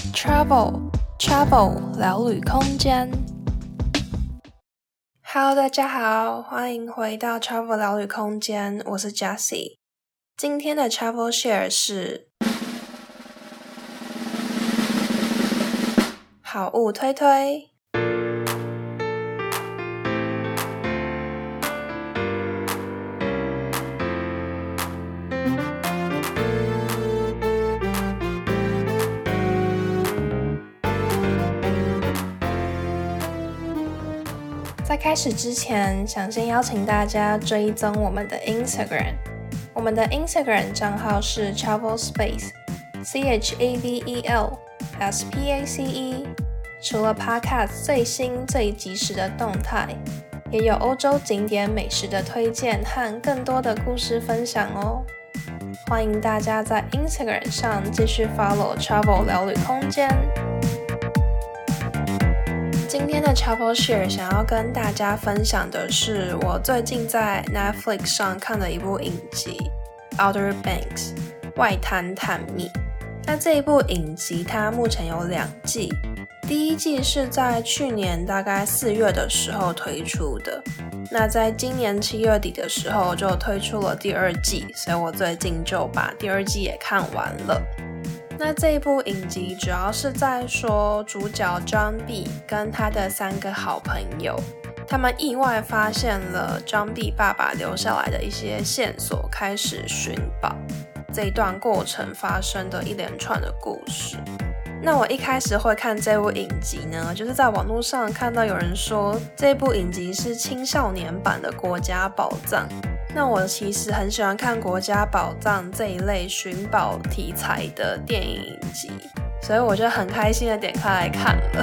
Travel 聊旅空间。Hello， 大家好，欢迎回到 Travel 聊旅空间，我是 Jessie。今天的 Travel Share 是好物推推。在开始之前，想先邀请大家追踪我们的 Instagram。我们的 Instagram 账号是 Travel Space CHAVEL SPACE。除了 Podcast 最新最及时的动态，也有欧洲景点美食的推荐和更多的故事分享哦。欢迎大家在 Instagram 上继续 follow Travel 聊旅空间。今天的 Travel Share 想要跟大家分享的是我最近在 Netflix 上看的一部影集 Outer Banks 外滩探秘。那这一部影集它目前有2季，第一季是在去年大概4月的时候推出的，那在今年7月底的时候就推出了第2季，所以我最近就把第2季也看完了。那这一部影集主要是在说主角 John B 跟他的3个好朋友，他们意外发现了 John B 爸爸留下来的一些线索，开始寻宝。这一段过程发生的一连串的故事。那我一开始会看这部影集呢，就是在网络上看到有人说这部影集是青少年版的国家宝藏。那我其实很喜欢看国家宝藏这一类寻宝题材的电影影集，所以我就很开心的点开来看了。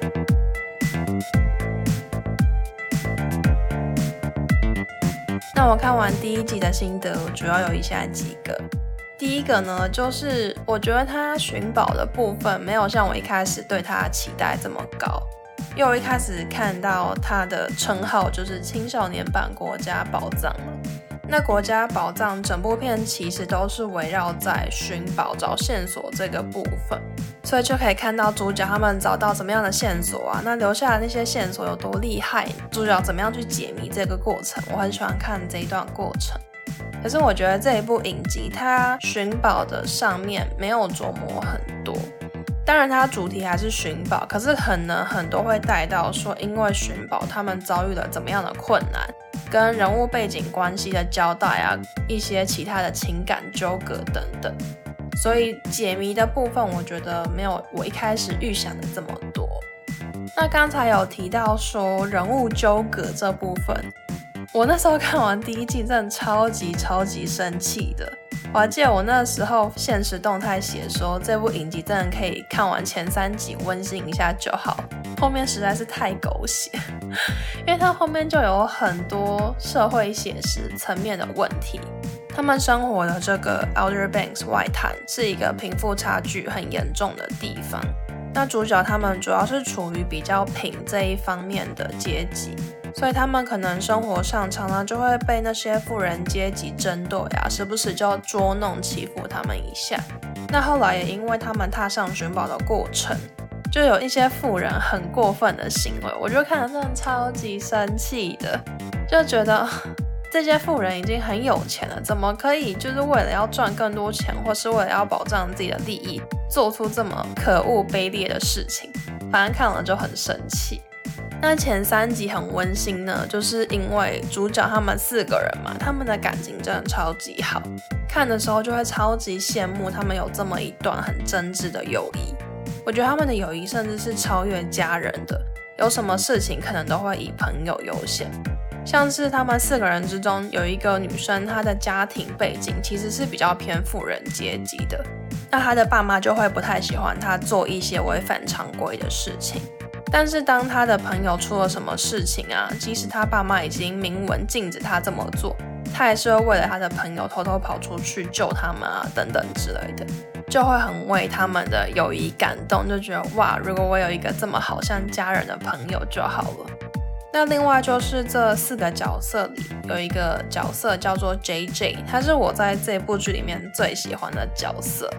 那我看完第1集的心得主要有以下几个。第一个呢，就是我觉得他寻宝的部分没有像我一开始对他期待这么高，因为我一开始看到他的称号就是青少年版国家宝藏嘛。那国家宝藏整部片其实都是围绕在寻宝找线索这个部分，所以就可以看到主角他们找到怎么样的线索啊，那留下的那些线索有多厉害，主角怎么样去解谜这个过程，我很喜欢看这一段过程。可是我觉得这一部影集它寻宝的上面没有琢磨很多，当然它主题还是寻宝，可是可能很多会带到说因为寻宝他们遭遇了怎么样的困难，跟人物背景关系的交代啊，一些其他的情感纠葛等等，所以解谜的部分我觉得没有我一开始预想的这么多。那刚才有提到说人物纠葛这部分，我那时候看完第1季真的超级生气的。我还记得我那时候限时动态写说这部影集真的可以看完前3集温馨一下就好，后面实在是太狗血，因为它后面就有很多社会写实层面的问题。他们生活的这个 Outer Banks 外滩是一个贫富差距很严重的地方，那主角他们主要是处于比较贫这一方面的阶级，所以他们可能生活上常常就会被那些富人阶级针对啊，时不时就捉弄欺负他们一下。那后来也因为他们踏上寻宝的过程，就有一些富人很过分的行为，我就看得真的超级生气的，就觉得这些富人已经很有钱了，怎么可以就是为了要赚更多钱，或是为了要保障自己的利益，做出这么可恶卑劣的事情，反正看了就很生气。那前3集很温馨呢，就是因为主角他们4个人嘛，他们的感情真的超级好，看的时候就会超级羡慕他们有这么一段很真挚的友谊。我觉得他们的友谊甚至是超越家人的，有什么事情可能都会以朋友优先。像是他们4个人之中有一个女生，她的家庭背景其实是比较偏富人阶级的，那她的爸妈就会不太喜欢她做一些违反常规的事情。但是当她的朋友出了什么事情啊，即使她爸妈已经明文禁止她这么做，她还是会为了她的朋友偷偷跑出去救他们啊等等之类的，就会很为他们的友谊感动，就觉得哇，如果我有一个这么好像家人的朋友就好了。那另外就是这4个角色里有一个角色叫做 JJ， 他是我在这部剧里面最喜欢的角色。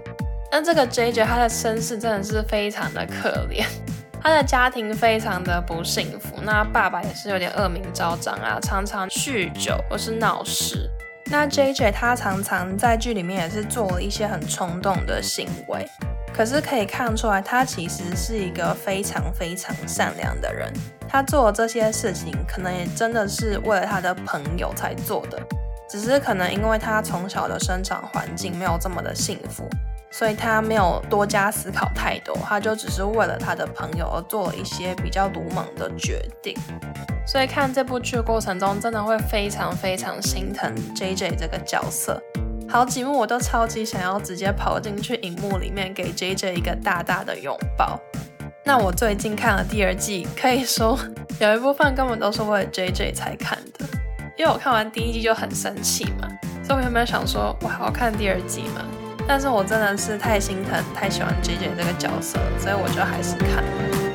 那这个 JJ 他的身世真的是非常的可怜，他的家庭非常的不幸福，那爸爸也是有点恶名昭彰啊，常常酗酒或是闹事。那 JJ 他常常在剧里面也是做了一些很冲动的行为，可是可以看出来他其实是一个非常非常善良的人，他做的这些事情可能也真的是为了他的朋友才做的，只是可能因为他从小的生长环境没有这么的幸福，所以他没有多加思考太多，他就只是为了他的朋友而做了一些比较鲁莽的决定。所以看这部剧的过程中，真的会非常非常心疼 JJ 这个角色，好几幕我都超级想要直接跑进去荧幕里面给 JJ 一个大大的拥抱。那我最近看了第2季，可以说有一部分根本都是为了 JJ 才看的，因为我看完第1季就很生气嘛，所以我原本想说我还要看第2季嘛，但是我真的是太心疼太喜欢 JJ 这个角色了，所以我就还是看了。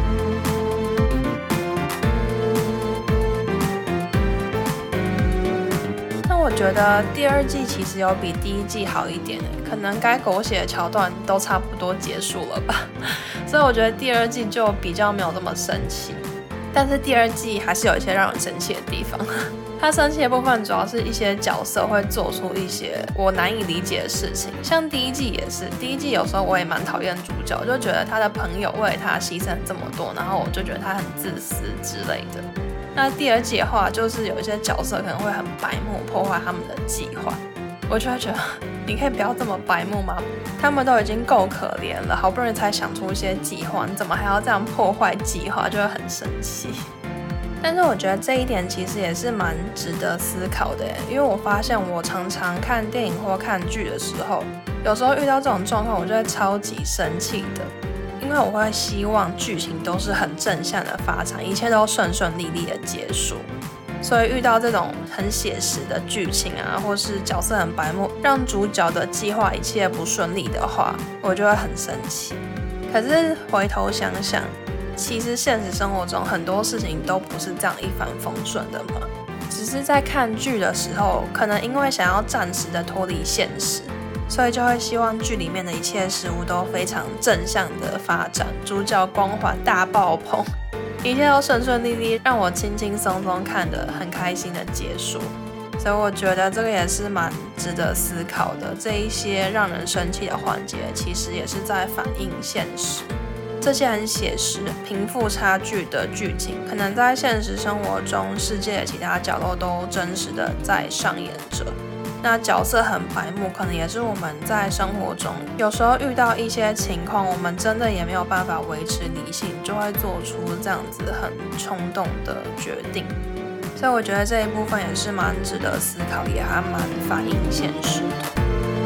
我觉得第2季其实有比第1季好一点，可能该狗血的桥段都差不多结束了吧，所以我觉得第2季就比较没有这么生气，但是第2季还是有一些让人生气的地方。他生气的部分主要是一些角色会做出一些我难以理解的事情，像第1季也是，第1季有时候我也蛮讨厌主角，就觉得他的朋友为了他牺牲这么多，然后我就觉得他很自私之类的。那第2季的话，就是有一些角色可能会很白目，破坏他们的计划，我就会觉得你可以不要这么白目吗？他们都已经够可怜了，好不容易才想出一些计划，你怎么还要这样破坏计划，就会很生气。但是我觉得这一点其实也是蛮值得思考的耶，因为我发现我常常看电影或看剧的时候，有时候遇到这种状况，我就会超级生气的。因为我会希望剧情都是很正向的发展，一切都顺顺利利的结束，所以遇到这种很写实的剧情啊，或是角色很白目，让主角的计划一切不顺利的话，我就会很生气。可是回头想想，其实现实生活中很多事情都不是这样一帆风顺的嘛，只是在看剧的时候，可能因为想要暂时的脱离现实，所以就会希望剧里面的一切事物都非常正向的发展，主角光环大爆棚，一切都顺顺利利，让我轻轻松松看得很开心的结束。所以我觉得这个也是蛮值得思考的，这一些让人生气的环节其实也是在反映现实。这些很写实、贫富差距的剧情，可能在现实生活中世界的其他角落都真实的在上演着。那角色很白目，可能也是我们在生活中有时候遇到一些情况，我们真的也没有办法维持理性，就会做出这样子很冲动的决定。所以我觉得这一部分也是蛮值得思考，也还蛮反映现实的。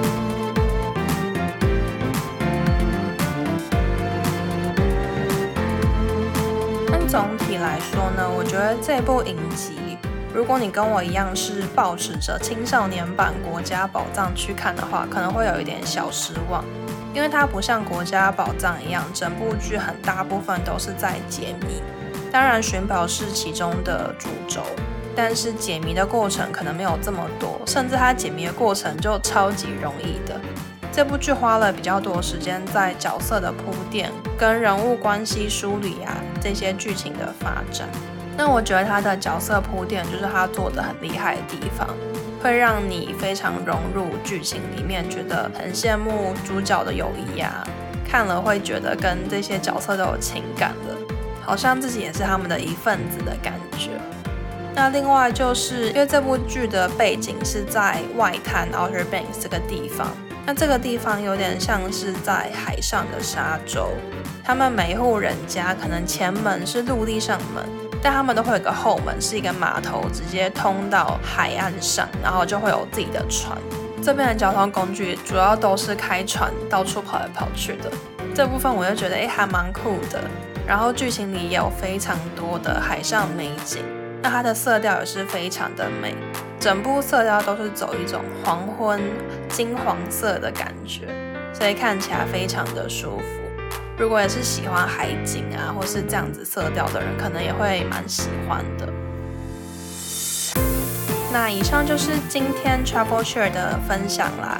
但总体来说呢，我觉得这部影集，如果你跟我一样是抱持着青少年版国家宝藏去看的话，可能会有一点小失望，因为它不像国家宝藏一样，整部剧很大部分都是在解谜。当然寻宝是其中的主轴，但是解谜的过程可能没有这么多，甚至它解谜的过程就超级容易的。这部剧花了比较多时间在角色的铺垫跟人物关系梳理啊，这些剧情的发展。那我觉得他的角色铺垫就是他做的很厉害的地方，会让你非常融入剧情里面，觉得很羡慕主角的友谊啊，看了会觉得跟这些角色都有情感了，好像自己也是他们的一份子的感觉。那另外就是因为这部剧的背景是在外滩 Outer Banks 这个地方，那这个地方有点像是在海上的沙洲，他们每一户人家可能前门是陆地上门，但他们都会有个后门，是一个码头，直接通到海岸上，然后就会有自己的船。这边的交通工具主要都是开船到处跑来跑去的，这部分我就觉得还蛮酷的。然后剧情里也有非常多的海上美景，那它的色调也是非常的美，整部色调都是走一种黄昏金黄色的感觉，所以看起来非常的舒服。如果也是喜欢海景啊，或是这样子色调的人，可能也会蛮喜欢的。那以上就是今天 Travel Share 的分享啦。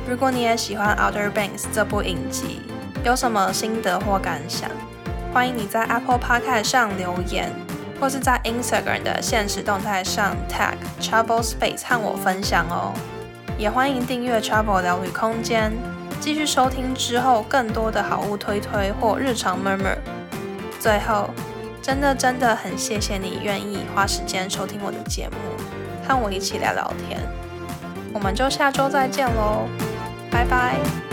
如果你也喜欢 Outer Banks 这部影集，有什么心得或感想，欢迎你在 Apple Podcast 上留言，或是在 Instagram 的限时动态上 tag Travel Space 和我分享哦。也欢迎订阅 Travel 聊旅空间，继续收听之后更多的好物推推或日常 murmur。最后，真的很谢谢你愿意花时间收听我的节目，和我一起聊聊天。我们就下周再见咯，拜拜。